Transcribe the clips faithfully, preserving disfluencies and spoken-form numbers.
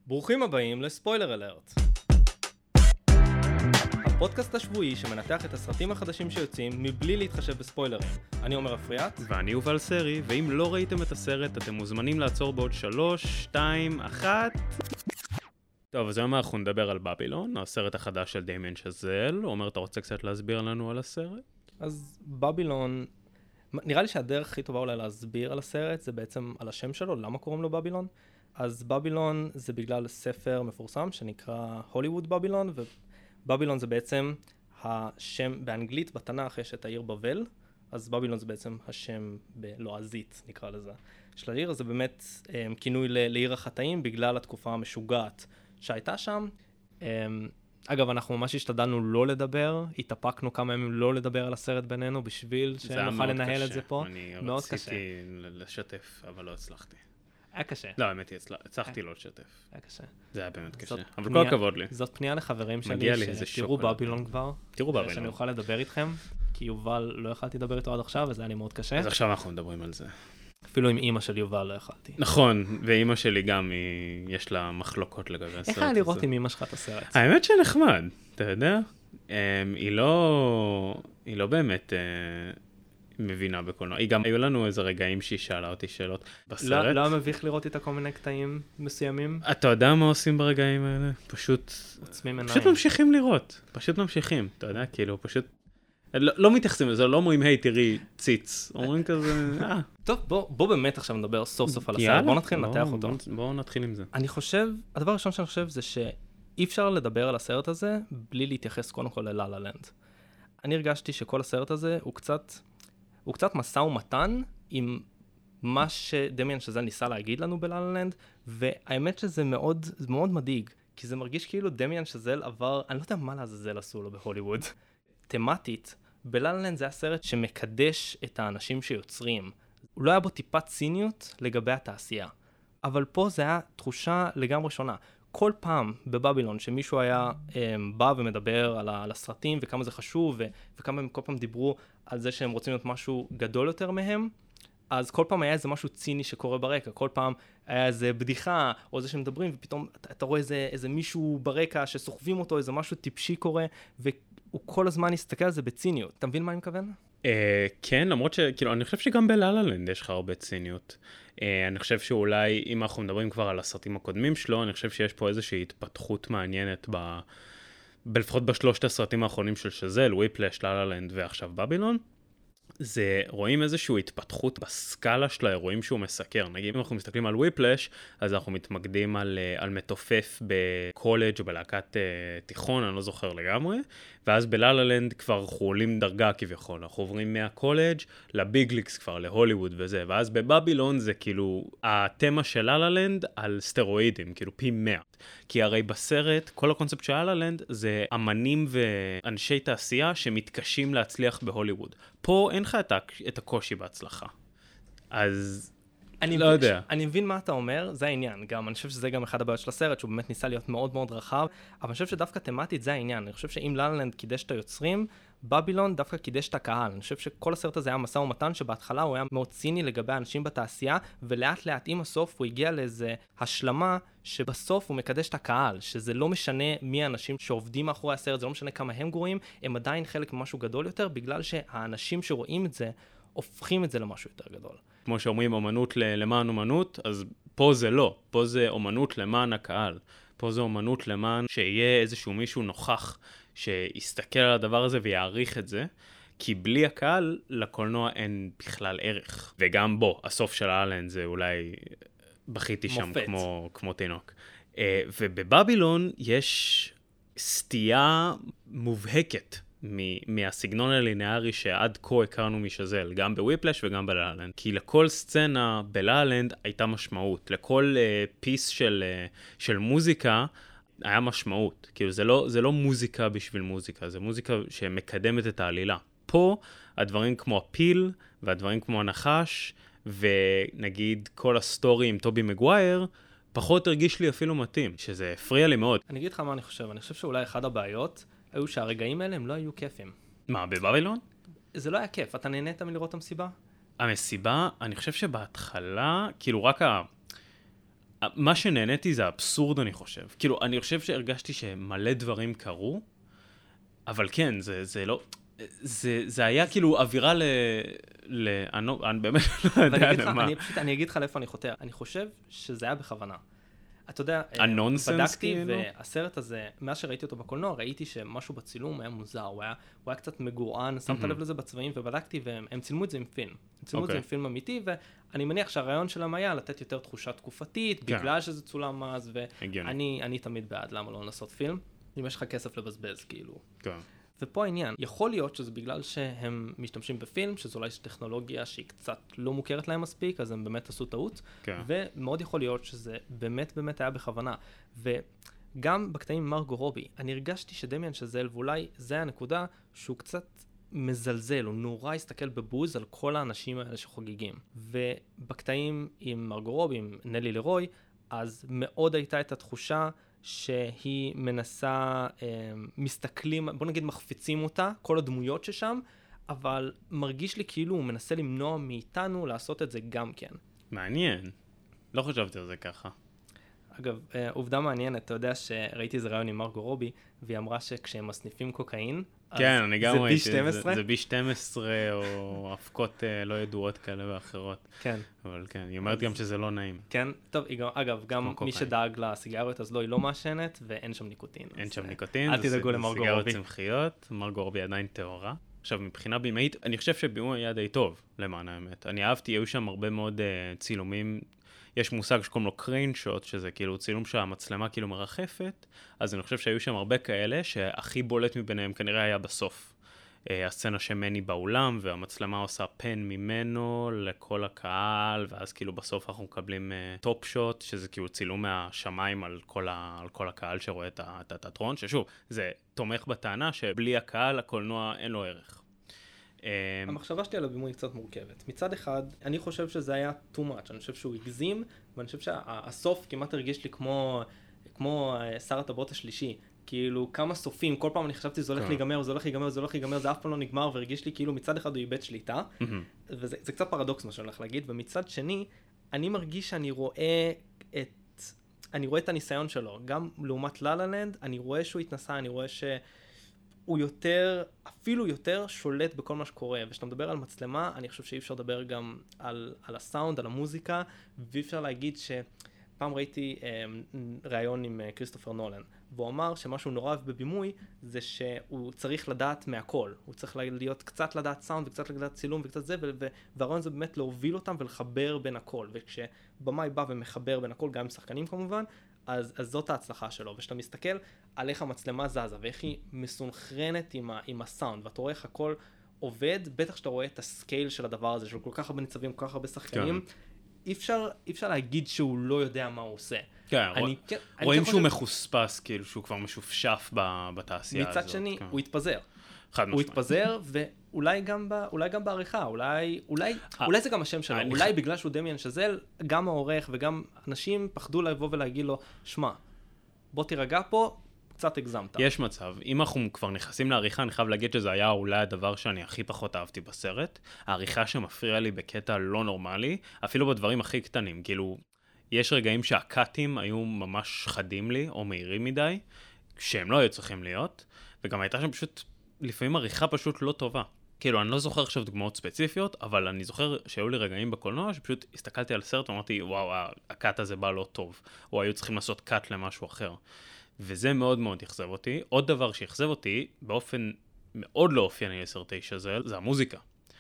ברוכים הבאים לספוילר אלרט. הפודקאסט השבועי שמנתח את הסרטים החדשים שיוצאים מבלי להתחשב בספוילרים. אני עומר אפריאט. ואני יובל סרי, ואם לא ראיתם את הסרט, אתם מוזמנים לעצור בעוד שלוש, שתיים, אחת. טוב, אז היום אנחנו נדבר על בבילון, הסרט החדש של דמיאן שזל. עומר, אתה רוצה קצת להסביר לנו על הסרט? אז בבילון, נראה לי שהדרך הכי טובה אולי להסביר על הסרט זה בעצם על השם שלו, למה קוראים לו בבילון. אז בבילון זה בגלל ספר מפורסם שנקרא הוליווד בבילון, ובבילון זה בעצם השם באנגלית, בתנ"ך יש את העיר בבל, אז בבילון זה בעצם השם בלועזית נקרא לזה. של העיר זה באמת um, כינוי ל- לעיר החטאים בגלל התקופה המשוגעת שהייתה שם. Um, אגב, אנחנו ממש השתדלנו לא לדבר, התאפקנו כמה ימים לא לדבר על הסרט בינינו בשביל שנוכל לנהל קשה. את זה פה. אני מאוד רציתי קשה. לשתף, אבל לא הצלחתי. היה קשה. לא, האמת היא, הצלחתי לא לשתף. היה קשה. זה היה באמת קשה. זאת אבל פנייה- כל הכבוד לי. זאת פנייה לחברים מגיע שלי, לי איזה שתראו שוקולד. בבילון כבר. תראו בבילון. שאני אוכל לדבר איתכם, כי יובל לא יכלתי לדבר איתו עד עכשיו, וזה היה לי מאוד קשה. אז עכשיו אנחנו מדברים על זה. אפילו עם אמא של יובל לא יכלתי. נכון, ואימא שלי גם, היא- יש לה מחלוקות לגבי הסרט הזה. איך היה לראות עם אמא שלך את הסרט? האמת שנחמד, אתה יודע? אמ, היא לא, היא לא באמת אה, מבינה בקולנוע. היא גם, היו לנו איזה רגעים שהיא שאלה אותי שאלות לא בסרט. לא היה מביך לראות איתה כל מיני קטעים מסוימים? אתה יודע מה עושים ברגעים האלה? פשוט, עוצמים עיניים. פשוט ממשיכים לראות. פשוט ממשיכים, אתה יודע? כאילו, פשוט, לא, לא מתייחסים לזה, לא אומרים, היי, תראי, ציץ. אומרים כזה, אה. טוב, בוא בוא באמת עכשיו נדבר סוף סוף על יאללה, הסרט. בוא נתחיל בוא- לנתח אותו. בוא- בואו נתחיל עם זה. אני חושב, הדבר הראשון שאני חושב זה שאי אפשר לדבר על הסרט הזה בלי להתייחס קודם כל ללה לה לנד. אני הרגשתי שכל הסרט הזה הוא קצת, הוא קצת מסע ומתן עם מה שדמיאן שזל ניסה להגיד לנו בלה לה לנד, והאמת שזה מאוד, זה מאוד מדאיג, כי זה מרגיש כאילו דמיאן שזל עבר, אני לא יודע מה לעזאזל עשו לו בהוליווד. תמטית, בלה לה לנד זה הסרט שמקדש את האנשים שיוצרים. הוא לא היה בו טיפת ציניות לגבי התעשייה. אבל פה זה היה תחושה לגמרי שונה. כל פעם בבבילון שמישהו היה um, בא ומדבר על, ה- על הסרטים וכמה זה חשוב ו- וכמה הם כל פעם דיברו על זה שהם רוצים להיות משהו גדול יותר מהם, אז כל פעם היה איזה משהו ציני שקורה ברקע, כל פעם היה איזה בדיחה או זה שמדברים ופתאום אתה, אתה רואה איזה, איזה מישהו ברקע שסוחבים אותו, איזה משהו טיפשי קורה והוא כל הזמן הסתכל על זה בציניות. אתה מבין מה אני מכוון? אה, כן, למרות שכאילו, אני חושב שגם בלה לה לנד יש לך הרבה ציניות. אה, אני חושב שאולי, אם אנחנו מדברים כבר על הסרטים הקודמים שלו, אני חושב שיש פה איזושהי התפתחות מעניינת, ב... לפחות בשלושת הסרטים האחרונים של שזל, וויפלש, לה לה לנד ועכשיו בבילון. זה, רואים איזושהי התפתחות בסקאלה של האירועים שהוא מסקר. נגיד, אם אנחנו מסתכלים על וויפלש, אז אנחנו מתמקדים על, על מתופף בקולג' או בלהקת uh, תיכון, אני לא זוכר לגמרי, ואז בלה לה לנד כבר אנחנו עולים דרגה כביכול, אנחנו עוברים מהקולג' לביגליקס כבר, להוליווד וזה, ואז בבבילון זה כאילו, התמה של לה לה לנד על סטרואידים, כאילו פי מאה. כי הרי בסרט, כל הקונספט של לה לה לנד זה אמנים ואנשי תעשייה שמתקשים להצליח בהוליווד. פה אין לך את, ה- את הקושי בהצלחה. אז אני לא מבין, יודע. אני מבין מה אתה אומר, זה העניין. גם אני חושב שזה גם אחד הבעיות של הסרט, שהוא באמת ניסה להיות מאוד מאוד רחב, אבל אני חושב שדווקא תמטית זה העניין. אני חושב שאם לה לה לנד קידש את היוצרים, בבילון דווקא קידש את הקהל. אני חושב שכל הסרט הזה היה מסע ומתן שבהתחלה הוא היה מאוד ציני לגבי האנשים בתעשייה, ולאט לאט עם הסוף הוא הגיע לאיזה השלמה שבסוף הוא מקדש את הקהל, שזה לא משנה מי האנשים שעובדים מאחורי הסרט, זה לא משנה כמה הם גרועים, הם עדיין חלק ממשהו גדול יותר, בגלל שהאנשים שרואים את זה, הופכים את זה למשהו יותר גדול. כמו שאומרים, אומנות ל- למען אומנות, אז פה זה לא. פה זה אומנות למען הקהל. פה זה אומנות למען שיהיה איזשהו מישהו נוכח שיסתכל על הדבר הזה ויעריך את זה, כי בלי הקהל לקולנוע אין בכלל ערך. וגם בו, הסוף של אלן זה אולי בכיתי שם כמו, כמו תינוק. Uh, ובבבילון יש סטייה מובהקת מ- מהסגנון הלינארי שעד כה הכרנו משזל, גם בוויפלש וגם בלה לה לנד. כי לכל סצנה בלה לה לנד הייתה משמעות. לכל uh, פיס של, uh, של מוזיקה היה משמעות. כאילו זה לא, זה לא מוזיקה בשביל מוזיקה, זה מוזיקה שמקדמת את העלילה. פה הדברים כמו הפיל והדברים כמו הנחש, ונגיד כל הסטורי עם טובי מגווייר, פחות הרגיש לי אפילו מתאים, שזה הפריע לי מאוד. אני אגיד לך מה אני חושב, אני חושב שאולי אחד הבעיות היו שהרגעים האלה הם לא היו כיפים. מה, בבבילון? זה לא היה כיף, אתה נהנית מלראות את המסיבה? המסיבה, אני חושב שבהתחלה, כאילו רק ה... מה שנהניתי זה האבסורד, אני חושב. כאילו, אני חושב שהרגשתי שמלא דברים קרו, אבל כן, זה, זה לא... זה, זה היה כאילו אווירה ל... ל... אני, לא, אני באמת לא יודע למה. אני פשוט, אני אגיד לך לאיפה אני חותר. אני חושב שזה היה בכוונה. אתה יודע, הנונסנס בדקתי, כאילו? והסרט הזה, מאז שראיתי אותו בקולנוע, ראיתי שמשהו בצילום היה מוזר, הוא היה, הוא היה קצת מגורען, שמת לב לזה בצבעים, ובדקתי, והם צילמו את זה עם פילם. הם צילמו את זה עם פילם אמיתי, ואני מניח שהרעיון שלהם היה לתת יותר תחושה תקופתית, בגלל שזה צולם אז, ואני תמיד בעד, למה לא לנסות פילם? אם יש לך כסף לבזבז, כאילו. כן. ופה העניין, יכול להיות שזה בגלל שהם משתמשים בפילם, שזו אולי טכנולוגיה שהיא קצת לא מוכרת להם מספיק, אז הם באמת עשו טעות, כן. ומאוד יכול להיות שזה באמת באמת היה בכוונה. וגם בקטעים עם מרגו רובי, אני הרגשתי שדמיאן שזל, ואולי זה הנקודה שהוא קצת מזלזל, הוא נורא הסתכל בבוז על כל האנשים האלה שחוגגים. ובקטעים עם מרגו רובי, עם נלי לרוי, אז מאוד הייתה את התחושה שהיא מנסה, מסתכלים, בוא נגיד מחפיצים אותה, כל הדמויות ששם, אבל מרגיש לי כאילו הוא מנסה למנוע מאיתנו לעשות את זה גם כן. מעניין. לא חשבתי על זה ככה. אגב, עובדה מעניינת, אתה יודע שראיתי איזה רעיון עם מרגו רובי, והיא אמרה שכשהם מסניפים קוקאין, כן, אני גם ראיתי, זה בי שתים עשרה? זה בי שתים עשרה או הפקות לא ידועות כאלה ואחרות. כן. אבל כן, היא אומרת גם שזה לא נעים. כן, טוב, אגב, גם מי שדאג לסיגריות, אז לא, היא לא מעשנת, ואין שם ניקוטין. אין שם ניקוטין, אל תדאגו למרגו רובי. סיגריות צמחיות, מרגו רובי עדיין טהורה. עכשיו, מבחינה בימאית, אני חושב שבימוי היה די טוב, למען האמת. אני אהבתי, היו שם הרבה מאוד צילומים, יש מושג שקוראים לו קריין שוט, שזה כאילו צילום שהמצלמה כאילו מרחפת, אז אני חושב שהיו שם הרבה כאלה, שהכי בולט מביניהם כנראה היה בסוף. הסצנה שמני באולם, והמצלמה עושה פן ממנו לכל הקהל, ואז כאילו בסוף אנחנו מקבלים טופ שוט, שזה כאילו צילום מהשמיים על כל, ה, על כל הקהל שרואה את התיאטרון, ששוב, זה תומך בטענה שבלי הקהל הקולנוע אין לו ערך. המחשבה שלי על הבימוי קצת מורכבת. מצד אחד, אני חושב שזה היה too much, אני חושב שהוא הגזים, ואני חושב שהסוף כמעט הרגיש לי כמו, כמו שר הטבעות השלישי. כאילו, כמה סופים, כל פעם אני חשבתי זה הולך להיגמר, זה הולך להיגמר, זה הולך להיגמר, זה אף פעם לא נגמר, והרגיש לי כאילו מצד אחד הוא איבד שליטה, וזה זה קצת פרדוקס מה שאני הולך להגיד, ומצד שני, אני מרגיש שאני רואה את, אני רואה את הניסיון שלו, גם לעומת לה-לה-לנד, אני רואה שהוא התנסה, אני רואה ש... הוא יותר, אפילו יותר שולט בכל מה שקורה, וכשאתה מדבר על מצלמה, אני חושב שאי אפשר לדבר גם על, על הסאונד, על המוזיקה, ואי אפשר להגיד שפעם ראיתי אה, ראיון עם אה, כריסטופר נולן, והוא אמר שמשהו נורא אוהב בבימוי, זה שהוא צריך לדעת מהכל, הוא צריך להיות קצת לדעת סאונד, וקצת לדעת צילום, וקצת זה, והרעיון זה באמת להוביל אותם ולחבר בין הכל, וכשבמאי בא ומחבר בין הכל, גם עם שחקנים כמובן, אז, אז זאת ההצלחה שלו, ושאתה מסתכל על איך המצלמה זזה, ואיך היא מסונכרנת עם, ה, עם הסאונד, ואתה רואה איך הכל עובד, בטח שאתה רואה את הסקייל של הדבר הזה, של כל כך הרבה ניצבים, כל כך הרבה שחקנים, כן. אי אפשר, אי אפשר להגיד שהוא לא יודע מה הוא עושה. כן, אני, כן רואים אני שהוא חושב... מחוספס, כאילו שהוא כבר משופשף בתעשייה מצד הזאת. מצד שני, כן. הוא התפזר. חד משמעית. הוא התפזר, ואולי גם, ב, אולי גם בעריכה, אולי, אולי, אולי זה גם השם שלו, אולי ח... בגלל שהוא דמיאן שזל, גם העורך וגם אנשים פחדו לבוא ולהגיד לו, שמע, בוא תירגע פה, קצת הגזמת. יש מצב. אם אנחנו כבר נכנסים לעריכה, אני חייב להגיד שזה היה אולי הדבר שאני הכי פחות אהבתי בסרט. העריכה שמפריעה לי בקטע לא נורמלי, אפילו בדברים הכי קטנים. כאילו, יש רגעים שהקאטים היו ממש חדים לי, או מהירים מדי, שהם לא היו צריכים להיות, וגם הייתה שם פשוט, לפעמים עריכה פשוט לא טובה. כאילו, אני לא זוכר עכשיו דוגמאות ספציפיות, אבל אני זוכר שהיו לי רגעים בקולנוע, שפשוט הסתכלתי על סרט ואמרתי, וואו, הקאט הזה בא לא טוב, או היו צריכים לעשות קאט למשהו אחר. וזה מאוד מאוד יחזב אותי. עוד דבר שיחזב אותי, באופן מאוד לא אופייני לסרטי שזל, זה המוזיקה.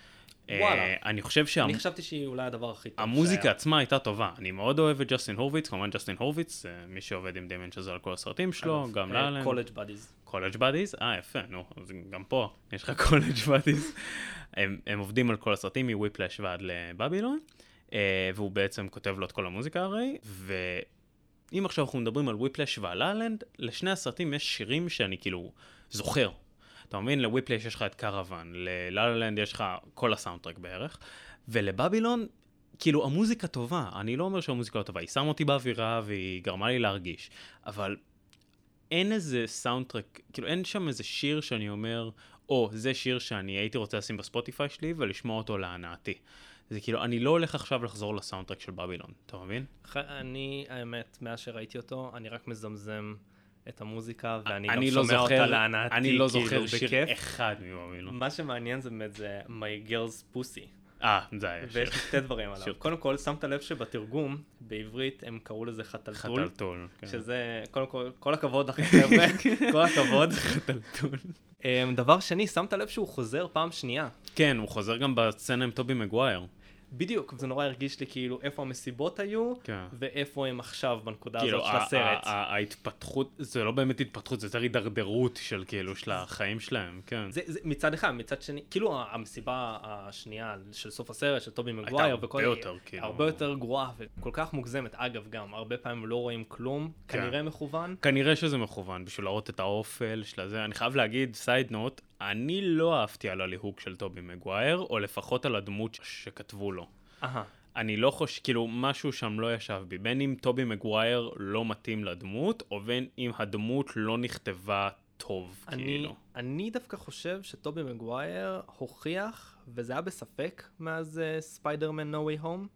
וואלה. אני חושב שה... אני חשבתי שהיא אולי הדבר הכי טוב. המוזיקה עצמה הייתה טובה. אני מאוד אוהב את ג'סטין הורוביץ, כמובן ג'סטין הורוביץ, מי שעובד עם דמיאן שזל על כל הסרטים שלו, גם לאלן. קולג' בדיז. קולג' בדיז? אה, יפה, נו, אז גם פה יש לך קולג' בדיז. הם, הם עובדים על כל הסרטים, מוויפלש ועד לבבילון, והוא בעצם כותב לו את כל המוזיקה הרי, ואם עכשיו אנחנו מדברים על וויפלש ועל לאלנד, לשני הסרטים יש שירים שאני כאילו זוכר. אתה מבין, לוויפלש יש לך את קרוון, ללאלנד יש לך כל הסאונדטרק בערך, ולבבילון, כאילו המוזיקה טובה, אני לא אומר שהמוזיקה לא טובה, היא שמה אותי באווירה והיא גרמה לי להרגיש, אבל אין איזה סאונדטרק, כאילו אין שם איזה שיר שאני אומר, או זה שיר שאני הייתי רוצה לשים בספוטיפיי שלי ולשמוע אותו להנאתי. זה כאילו, אני לא הולך עכשיו לחזור לסאונדטרק של בבילון, אתה מבין? אני, האמת, מאז שראיתי אותו, אני רק מזמזם את המוזיקה, ואני אני גם לא שומע זוכר- אותה להנאתי, אני לא כאילו, זוכר שיר בכיף. אחד מבבילון. מה שמעניין זה באמת, זה My Girl's Pussy. אה, זה היה שיר. ויש לי שתי דברים עליו. שיר. קודם כל, שמת לב שבתרגום, בעברית, הם קראו לזה חתלתול. חתלתול. כן. שזה, קודם כל, כל הכבוד לכם, חבר'ה, כל הכבוד. חתלתול. אמ, דבר שני, שמת לב שהוא חוזר פעם שנייה. כן, הוא חוזר גם בסצנה עם טובי מגווייר. בדיוק, זה נורא הרגיש לי כאילו איפה המסיבות היו, כן. ואיפה הם עכשיו בנקודה כאילו, הזאת של הסרט. ה- ה- ההתפתחות, זה לא באמת התפתחות, זה יותר הידרדרות של כאילו, של החיים שלהם, כן. זה, זה מצד אחד, מצד שני, כאילו המסיבה השנייה של סוף הסרט, של טובי מגווייר, הרבה וכל- יותר, כאילו. הרבה יותר גרועה וכל כך מוגזמת. אגב, גם, הרבה פעמים לא רואים כלום, כן. כנראה מכוון. כנראה שזה מכוון, בשביל להראות את האופל של הזה. אני חייב להגיד, סייד נוט, אני לא אהבתי על הליהוק של טובי מגווייר, או לפחות על הדמות שכתבו לו. אהה. אני לא חושב, כאילו, משהו שם לא ישב בי. בין אם טובי מגווייר לא מתאים לדמות, או בין אם הדמות לא נכתבה טוב, אני, כאילו. אני דווקא חושב שטובי מגווייר הוכיח, וזה היה בספק מאז ספיידרמן נו ווי הום,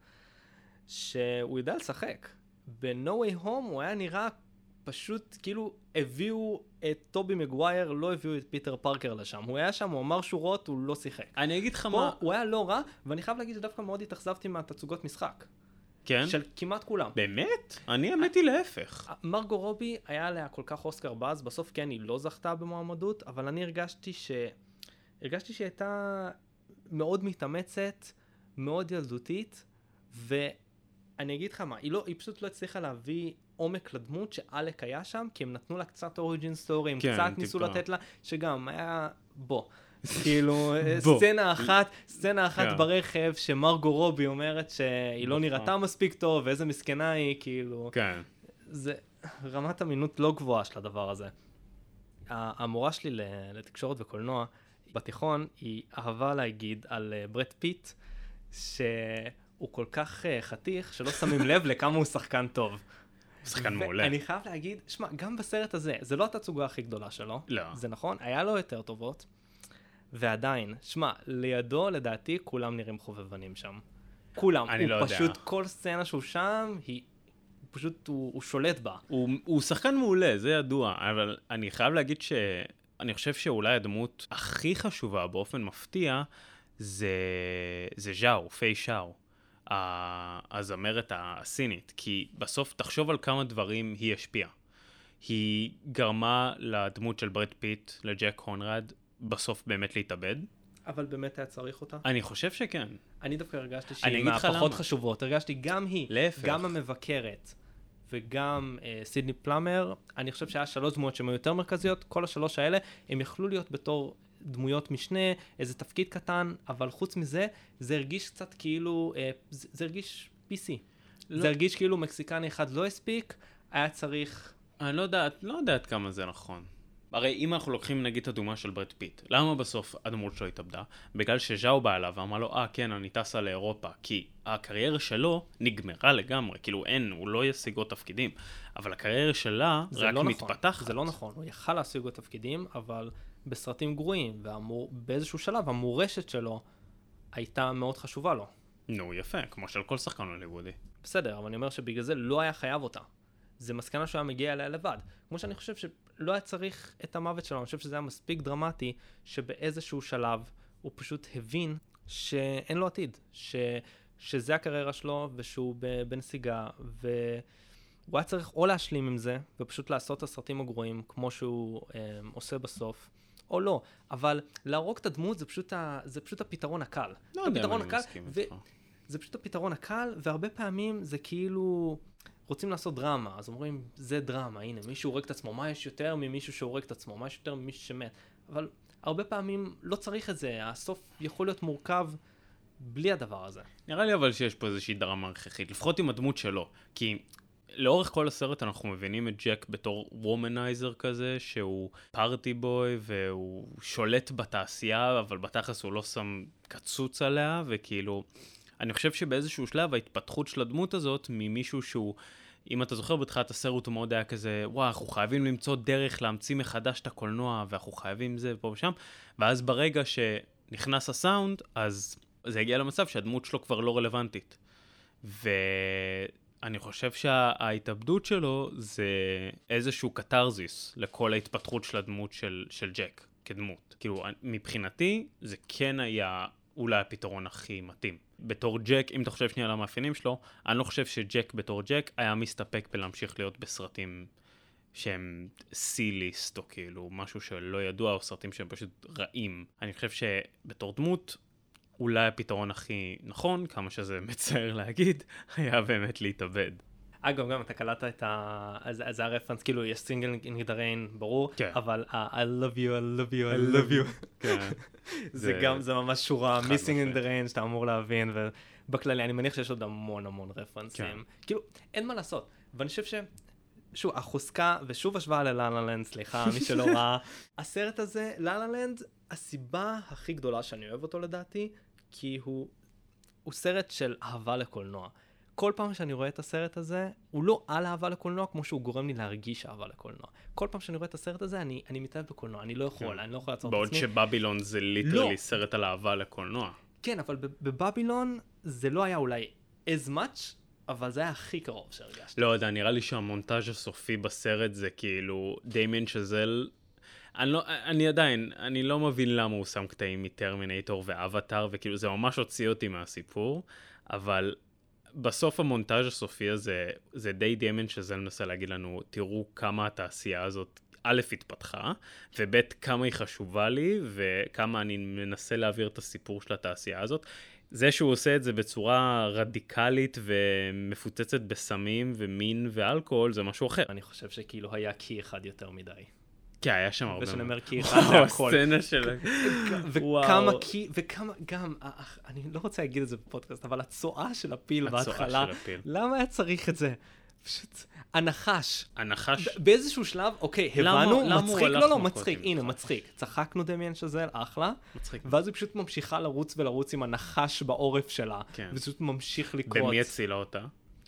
שהוא יודע לשחק. ב-No Way Home הוא היה נראה פשוט כאילו הביאו את טובי מגווייר, לא הביאו את פיטר פארקר לשם. הוא היה שם, הוא אמר שורות, הוא לא שיחק. אני אגיד לך פה מה... הוא היה לא רע, ואני חייב להגיד שדווקא מאוד התאכזבתי מהתצוגות משחק. כן? של כמעט כולם. באמת? אני האמתי להפך. מרגו רובי היה עליה כל כך אוסקר באז, בסוף כן היא לא זכתה במועמדות, אבל אני הרגשתי ש... הרגשתי שהיא הייתה מאוד מתאמצת, מאוד ילדותית, ואני אגיד לך מה, היא, לא, היא פשוט לא הצליחה להביא עומק לדמות שאלק היה שם, כי הם נתנו לה קצת אוריג'ין סטורי, הם כן, קצת ניסו טיפה. לתת לה, שגם היה... בוא. כאילו, בוא. סצנה אחת, סצנה אחת כן. ברכב, שמרגו רובי אומרת שהיא לא נכון. נראתה מספיק טוב, ואיזה מסכנה היא, כאילו... כן. זה רמת אמינות לא גבוהה של הדבר הזה. ה- המורה שלי ל- לתקשורת וקולנוע, בתיכון, היא אהבה להגיד על אה, ברד פיט, שהוא כל כך אה, חתיך, שלא שמים לב לכמה הוא שחקן טוב. שחקן מעולה. ואני חייב להגיד, שמע, גם בסרט הזה, זה לא התצוגה הכי גדולה שלו. לא. זה נכון, היה לו יותר טובות, ועדיין, שמע, לידו, לדעתי, כולם נראים חובבנים שם. כולם. אני הוא לא יודע. פשוט, כל סצנה שהוא שם, היא... פשוט הוא, הוא שולט בה. הוא, הוא שחקן מעולה, זה ידוע, אבל אני חייב להגיד שאני חושב שאולי הדמות הכי חשובה באופן מפתיע זה, זה ז'או, פיי שאו, ה- הזמרת הסינית, כי בסוף תחשוב על כמה דברים היא השפיעה. היא גרמה לדמות של ברד פיט, לג'ק קונרד, בסוף באמת להתאבד. אבל באמת היה צריך אותה. אני חושב שכן. אני דווקא הרגשתי אני שהיא אגיד לך מהפחות למה. חשובות. הרגשתי גם היא, להפך. גם המבקרת וגם אה, סידני פלאמר. אני חושב שהיה שלוש דמויות שהן יותר מרכזיות. כל השלוש האלה, הם יכלו להיות בתור דמויות משנה, איזה תפקיד קטן, אבל חוץ מזה, זה הרגיש קצת כאילו, אה, זה, זה הרגיש פי סי. לא. זה הרגיש כאילו מקסיקני אחד לא הספיק, היה צריך... אני לא יודעת, לא יודעת כמה זה נכון. הרי אם אנחנו לוקחים נגיד את הדוגמה של ברד פיט, למה בסוף הדמות שלו התאבדה? בגלל שז'או בא אליו ואמר לו, אה כן, אני טסה לאירופה, כי הקריירה שלו נגמרה לגמרי, כאילו אין, הוא לא ישיג עוד תפקידים, אבל הקריירה שלה זה רק לא מתפתחת. נכון, זה לא נכון, הוא יכל להשיג לו תפקידים, אבל בסרטים גרועים, ובאיזשהו שלב המורשת שלו הייתה מאוד חשובה לו. נו, יפה, כמו של כל שחקן הוליוודי. בסדר, אבל אני אומר שבגלל זה לא היה חייב אותה. זה מסקנה שהוא היה מגיע אליה לבד. כמו שאני חושב שלא היה צריך את המוות שלו, אני חושב שזה היה מספיק דרמטי, שבאיזשהו שלב הוא פשוט הבין שאין לו עתיד, ש... שזה הקריירה שלו, ושהוא בנסיגה, והוא היה צריך או להשלים עם זה, ופשוט לעשות את הסרטים הגרועים, כמו שהוא אה, עושה בסוף, או לא. אבל להרוג את הדמות זה פשוט, ה... זה פשוט הפתרון הקל. לא זה יודע אם הפתרון אני הקל, מסכים ו... איתך. זה פשוט הפתרון הקל, והרבה פעמים זה כאילו... רוצים לעשות דרמה, אז אומרים, זה דרמה, הנה, מישהו הורג את עצמו, מה יש יותר ממישהו שהורג את עצמו, מה יש יותר ממישהו שמת, אבל הרבה פעמים לא צריך את זה, הסוף יכול להיות מורכב בלי הדבר הזה. נראה לי אבל שיש פה איזושהי דרמה הכרחית, לפחות עם הדמות שלו, כי לאורך כל הסרט אנחנו מבינים את ג'ק בתור וומנייזר כזה, שהוא פארטי בוי והוא שולט בתעשייה, אבל בתכלס הוא לא שם קצוץ עליה, וכאילו, אני חושב שבאיזשהו שלב ההתפתחות של הדמות הזאת ממישהו שהוא, אם אתה זוכר בתחילת הסרט הוא מאוד היה כזה, וואו, אנחנו חייבים למצוא דרך להמציא מחדש את הקולנוע, ואנחנו חייבים זה פה ושם, ואז ברגע שנכנס הסאונד, אז זה הגיע למצב שהדמות שלו כבר לא רלוונטית. ואני חושב שההתאבדות שלו זה איזשהו קטרזיס לכל ההתפתחות של הדמות של, של ג'ק כדמות. כאילו, מבחינתי זה כן היה אולי הפתרון הכי מתאים. בתור ג'ק, אם אתה חושב שנייה על המאפיינים שלו, אני לא חושב שג'ק בתור ג'ק היה מסתפק בלהמשיך להיות בסרטים שהם סי-ליסט, או כאילו משהו שלא ידוע, או סרטים שהם פשוט רעים. אני חושב שבתור דמות, אולי הפתרון הכי נכון, כמה שזה מצער להגיד, היה באמת להתאבד. אגב, גם אתה קלטת את ה... אז זה הרפרנס, כאילו, יש סינגל in the rain, ברור, אבל I love you, I love you, I love you. כן. זה גם, זה ממש שורה, missing in the rain, שאתה אמור להבין, ובכללי, אני מניח שיש עוד המון המון רפרנסים. כאילו, אין מה לעשות. ואני חושב ש... שוב, החוזקה, ושוב השוואה ללה-לה לנד, סליחה, מי שלא ראה, הסרט הזה, לה-לה לנד, הסיבה הכי גדולה שאני אוהב אותו לדעתי, כי הוא, הוא סרט של אהבה לקולנוע. כל פעם שאני רואה את הסרט הזה, הוא לא על אהבה לקולנוע, כמו שהוא גורם לי להרגיש אהבה לקולנוע. כל פעם שאני רואה את הסרט הזה, אני, אני מתאהב בקולנוע, אני לא יכול, כן. אני לא יכול לעצור את עצמי. בעוד שבבילון זה ליטרלי לא. סרט על אהבה לקולנוע. כן, אבל בבבילון זה לא היה אולי as much, אבל זה היה הכי קרוב שהרגשתי. לא יודע, נראה לי שהמונטאז' הסופי בסרט זה כאילו דיימיין שזל, אני, לא, אני עדיין, אני לא מבין למה הוא שם קטעים מטרמינטור ואבטר, וכאילו זה ממש הוציא אותי מהסיפור, אבל בסוף המונטאז' הסופי הזה, זה די דיימיין שזל מנסה להגיד לנו, תראו כמה התעשייה הזאת א' התפתחה, וב' כמה היא חשובה לי, וכמה אני מנסה להעביר את הסיפור של התעשייה הזאת. זה שהוא עושה את זה בצורה רדיקלית ומפוצצת בסמים ומין ואלכוהול, זה משהו אחר. אני חושב שכאילו היה קי אחד יותר מדי. כן, היה שם הרבה. ושאני אומר קי אחד זה הכל. הסצנה שלה. וכמה קי, וכמה, גם, אני לא רוצה להגיד את זה בפודקאסט, אבל הצועה של הפיל בהתחלה, למה היה צריך את זה? פשוט, הנחש. הנחש? באיזשהו שלב, אוקיי, הבנו, מצחיק, לא, לא, מצחיק, הנה, מצחיק. צחקנו דמיין שזל, אחלה. מצחיק. ואז היא פשוט ממשיכה לרוץ ולרוץ עם הנחש בעורף שלה. כן. ופשוט ממשיך לקרוץ. במי הצילה אותה?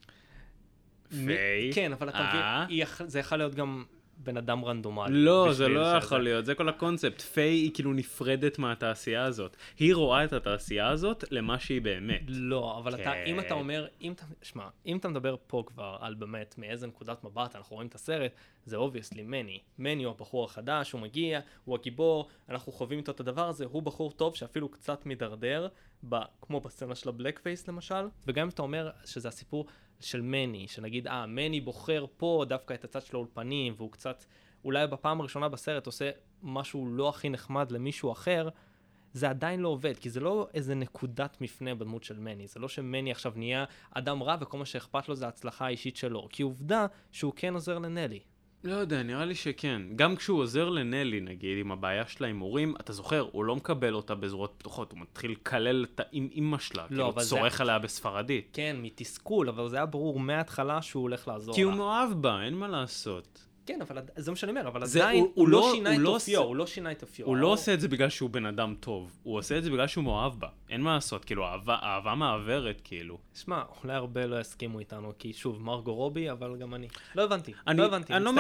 פיי. כן, אבל אתה מבין, זה יכול להיות גם בן אדם רנדומלי. לא, זה לא יכול להיות, זה כל הקונספט. פיי היא כאילו נפרדת מהתעשייה הזאת. היא רואה את התעשייה הזאת למה שהיא באמת. לא, אבל אתה, אם אתה אומר, שמע, אם אתה מדבר פה כבר על באמת מאיזה נקודת מבט, אנחנו רואים את הסרט, זה obviously מני. מני הוא הבחור החדש, הוא מגיע, הוא הגיבור, אנחנו חווים איתו את הדבר הזה, הוא בחור טוב שאפילו קצת מדרדר, כמו בסצנה של הבלק פייס למשל, וגם אם אתה אומר שזה הסיפור של מני, שנגיד, אה, מני בוחר פה דווקא את הצד של האולפנים, והוא קצת, אולי בפעם הראשונה בסרט עושה משהו לא הכי נחמד למישהו אחר, זה עדיין לא עובד, כי זה לא איזה נקודת מפנה בדמות של מני, זה לא שמני עכשיו נהיה אדם רע, וכל מה שאכפת לו זה ההצלחה האישית שלו, כי עובדה שהוא כן עוזר לנלי. לא יודע, נראה לי שכן. גם כשהוא עוזר לנלי, נגיד, עם הבעיה שלה עם הורים, אתה זוכר, הוא לא מקבל אותה בזרועות פתוחות, הוא מתחיל לקלל אותה עם אמא שלה, כאילו צורך עליה בספרדית. כן, מתסכול, אבל זה היה ברור מההתחלה שהוא הולך לעזור לה. כי הוא מאוהב בה, אין מה לעשות. כן, אבל זה מה שאני אומר, אבל עדיין הוא לא שינה את אופיו, הוא לא שינה את אופיו. הוא לא עושה את זה בגלל שהוא בן אדם טוב, הוא עושה את זה בגלל שהוא מאוהב בה. אין מה לעשות, כאילו, אהבה מעברת, כאילו. שמע, אולי הרבה לא יסכימו איתנו, כי שוב, מרגו רובי, אבל גם אני. לא הבנתי, לא הבנתי. אני לא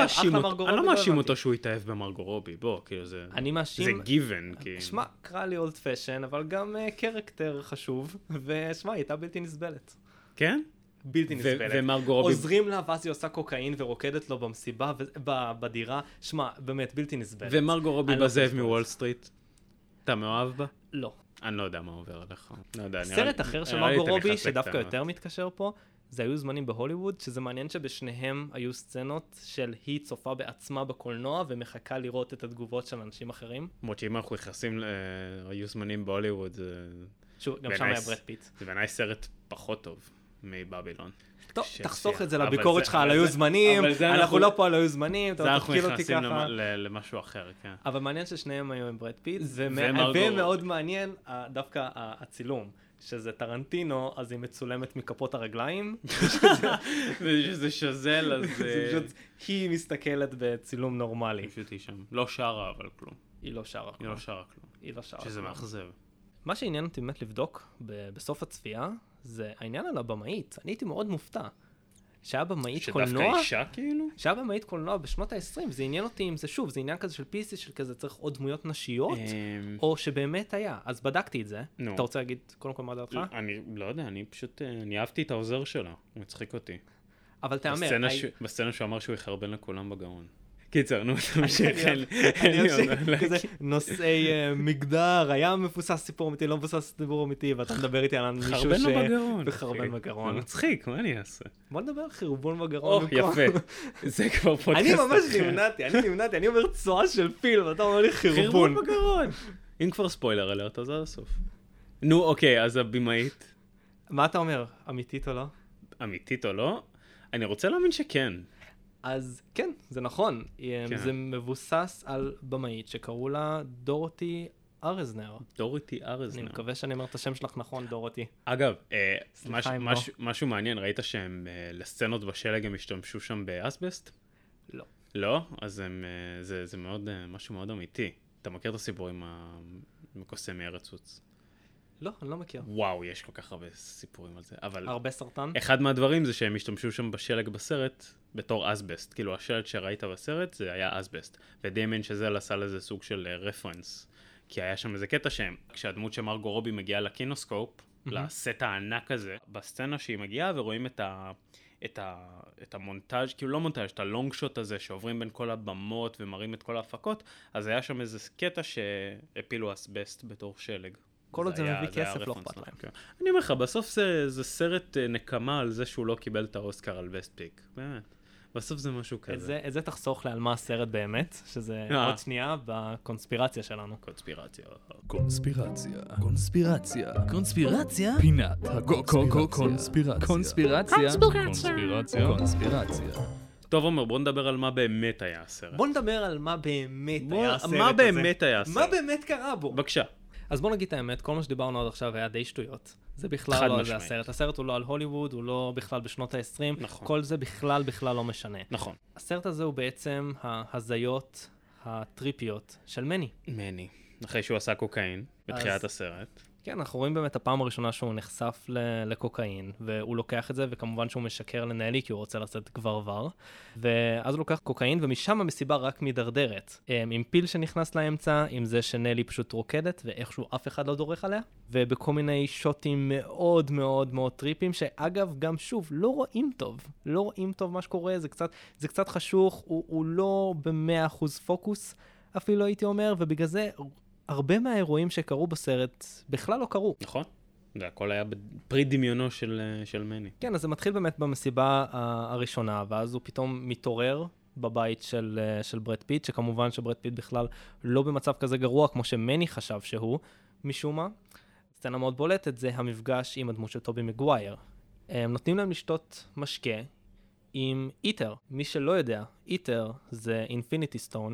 מאשים אותו שהוא יתאהב במרגו רובי, בוא, כאילו, זה גיוון. שמע, קרא לי אולד פשן, אבל גם קרקטר חשוב, ושמע, היא הייתה בלתי נסבלת. כן? בלתי נסבלת. עוזרים לה, ואז היא עושה קוקאין ורוקדת לו במסיבה, בדירה. שמע, באמת, בלתי נסבלת. ומרגו רובי בזאב מוול סטריט. אתה מאוהב בה? לא. אני לא יודע מה עובר עליך. סרט אחר של מרגו רובי, שדווקא יותר מתקשר פה, זה היו זמנים בהוליווד, שזה מעניין שבשניהם היו סצנות של היא צופה בעצמה בקולנוע, ומחכה לראות את התגובות של אנשים אחרים. למרות שאם אנחנו נכנסים, היו זמנים בהוליווד, זה... שוב, גם שם היה ברד פיט. זה בעיניי סרט פחות טוב. מבבילון. טוב, תחסוך את זה לביקורת שלך על היו זמנים, אנחנו לא פה על היו זמנים, אתה תתקיל אותי ככה. זה אנחנו נכנסים למשהו אחר, כן. אבל מעניין ששניהם היו עם ברד פיט, ומאוד מעניין דווקא הצילום, שזה טרנטינו, אז היא מצולמת מכפות הרגליים. ושזה שזל, אז... היא מסתכלת בצילום נורמלי. פשוט היא שם. לא שרה, אבל כלום. היא לא שרה כלום. היא לא שרה כלום. היא לא שרה כלום. שזה מאכזב. מה שעניין אותי באמת לבדוק בסוף הצפייה, זה העניין על הבמאית. אני הייתי מאוד מופתע. שהיה במאית קולנוע, שדווקא אישה כאילו? שהיה במאית קולנוע בשנות ה-עשרים, זה עניין אותי אם זה שוב, זה עניין כזה של פי סי, של כזה צריך עוד דמויות נשיות, או שבאמת היה, אז בדקתי את זה. אתה רוצה להגיד קודם כל מה דעתך? אני לא יודע, אני פשוט, אני אהבתי את העוזר שלה, הוא מצחיק אותי. אבל תאמר, בסצנה שהוא אמר שהוא יחרבן לכולם בגרון. קיצר, נו, תמשיך, אין לי עוד כזה נושאי מגדר, היה מבוסס סיפור אמיתי, לא מבוסס סיפור אמיתי, ואתה מדבר איתי על מישהו ש... חרבן לו בגרון. וחרבן בגרון. מצחיק, מה אני אעשה? בוא נדבר על חרבון בגרון. או, יפה. זה כבר פודקאסט. אני ממש נמנעתי, אני נמנעתי, אני אומר צועה של פיל, ואתה אומר לי חרבון. חרבון בגרון. אם כבר ספוילר אלרט, אז עד הסוף. נו, אוקיי, אז הבימאית. מה אתה אומר? אמיתית או לא? אמיתית או לא? אני רוצה להאמין שכן. אז כן, זה נכון. כן. זה מבוסס על במאית שקראו לה דורותי ארזנר. דורותי ארזנר. אני מקווה שאני אומר את השם שלך נכון, דורותי. אגב, אה, מש, מש, משהו מעניין, ראית שהם אה, לסצנות בשלג הם השתמשו שם באסבסט? לא. לא? אז הם, אה, זה, זה מאוד, אה, משהו מאוד אמיתי. אתה מכיר את הסיפור עם הקוסם מארץ עוץ? לא, אני לא מכיר. וואו, יש כל כך הרבה סיפורים על זה, אבל... הרבה סרטן? אחד מהדברים זה שהם השתמשו שם בשלג בסרט בתור אסבסט. כאילו, השלט שראית בסרט זה היה אסבסט. ודיימן שזל עשה לזה סוג של רפרנס. כי היה שם איזה קטע שהם, כשהדמות של מרגו רובי מגיעה לקינוסקופ, mm-hmm. לסט הענק הזה, בסצנה שהיא מגיעה ורואים את ה... את, ה, את המונטאז', כאילו לא מונטאז', את הלונג שוט הזה שעוברים בין כל הבמות ומראים את כל ההפקות, אז היה שם איזה קטע שהפילו אסבסט בתור שלג. כל עוד זה מביא כסף לא אכפת להם. אני אומר לך, בסוף זה סרט נקמה על זה שהוא לא קיבל את האוסקר על בסט פיק. באמת. בסוף זה משהו כזה. את זה תחסוך על מה הסרט באמת, שזה עוד שנייה בקונספירציה שלנו. קונספירציה. קונספירציה. קונספירציה. קונספירציה. פינת הקונספירציה. קונספירציה. קונספירציה. קונספירציה. טוב, עומר, בוא נדבר על מה באמת היה הסרט. בוא נדבר על מה באמת היה הסרט הזה. מה באמת היה הסרט? מה באמת קרה בו? בבקשה. אז בוא נגיד את האמת, כל מה שדיברנו עד עכשיו היה די שטויות. זה בכלל לא על זה הסרט. הסרט הוא לא על הוליווד, הוא לא בכלל בשנות ה-עשרים. נכון. כל זה בכלל בכלל לא משנה. נכון. הסרט הזה הוא בעצם ההזיות הטריפיות של מני. מני. אחרי שהוא עשה קוקאין בתחילת אז... הסרט. כן, אנחנו רואים באמת הפעם הראשונה שהוא נחשף לקוקאין, והוא לוקח את זה, וכמובן שהוא משקר לנלי, כי הוא רוצה לצאת גברבר. ואז הוא לוקח קוקאין, ומשם המסיבה רק מדרדרת. עם פיל שנכנס לאמצע, עם זה שנלי פשוט רוקדת, ואיכשהו אף אחד לא דורך עליה, ובכל מיני שוטים מאוד מאוד מאוד טריפים, שאגב, גם שוב, לא רואים טוב. לא רואים טוב מה שקורה, זה קצת, זה קצת חשוך, הוא, הוא לא ב-מאה אחוז פוקוס, אפילו הייתי אומר, ובגלל זה... הרבה מהאירועים שקרו בסרט בכלל לא קרו. נכון. זה הכל היה פרי דמיונו של, של מני. כן, אז זה מתחיל באמת במסיבה הראשונה, ואז הוא פתאום מתעורר בבית של, של ברד פיט, שכמובן שברד פיט בכלל לא במצב כזה גרוע, כמו שמני חשב שהוא, משום מה. סצנה מאוד בולטת, זה המפגש עם הדמות של טובי מגווייר. הם נותנים להם לשתות משקה עם איטר. מי שלא יודע, איטר זה אינפיניטי סטון.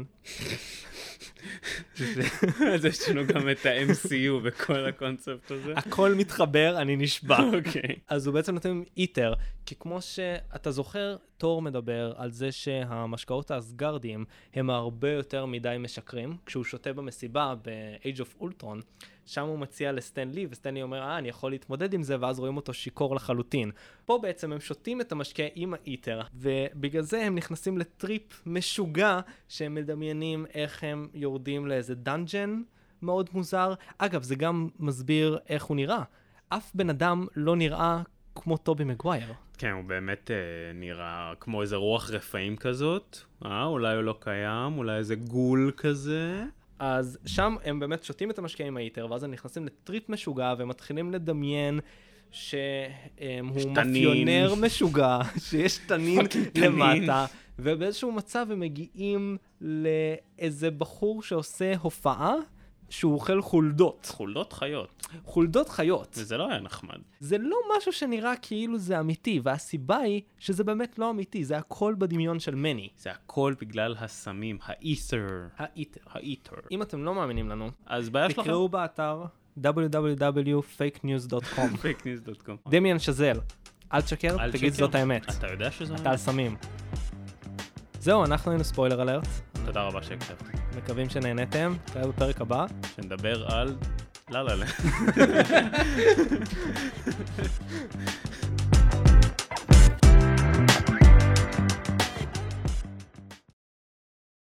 אז יש לנו גם את ה-אם סי יו וכל הקונספט הזה. הכל מתחבר, אני נשבע. אוקיי. אז הוא בעצם נותן איטר, כי כמו שאתה זוכר, תור מדבר על זה שהמשקאות האסגרדיים הם הרבה יותר מדי משקרים. כשהוא שותה במסיבה ב-Age of Ultron, שם הוא מציע לסטן לי, וסטן לי אומר, אה, אני יכול להתמודד עם זה, ואז רואים אותו שיקור לחלוטין. פה בעצם הם שותים את המשקה עם האיטר, ובגלל זה הם נכנסים לטריפ משוגע, שהם מדמיינים איך הם יורדים לאיזה דנג'ן מאוד מוזר. אגב, זה גם מסביר איך הוא נראה. אף בן אדם לא נראה כמו טובי מגווייר. כן, הוא באמת אה, נראה כמו איזה רוח רפאים כזאת. אה, אולי הוא לא קיים, אולי איזה גול כזה. אז שם הם באמת שותים את המשקה עם האיטר, ואז הם נכנסים לטריפ משוגע, ומתחילים לדמיין שהוא מאפיונר משוגע, שיש תנין למטה, ובאיזשהו מצב הם מגיעים לאיזה בחור שעושה הופעה, שהוא אוכל חולדות. חולדות חיות. חולדות חיות. וזה לא היה נחמד. זה לא משהו שנראה כאילו זה אמיתי, והסיבה היא שזה באמת לא אמיתי, זה הכל בדמיון של מני. זה הכל בגלל הסמים, האית'ר. האית'ר. האית'ר. אם אתם לא מאמינים לנו, אז בעיה שלכם. תקראו באתר דאבליו דאבליו דאבליו דוט פייק ניוז דוט קום. פייק ניוז דוט קום. דמיאן שזל, אל תשקר, תגיד זאת האמת. אתה יודע שזה... אתה על סמים. זהו, אנחנו היינו ספוילר אלרט. תודה רבה שהקשבת. מקווים שנהנתם, תראה בפרק הבא. שנדבר על... לא, לא, לא.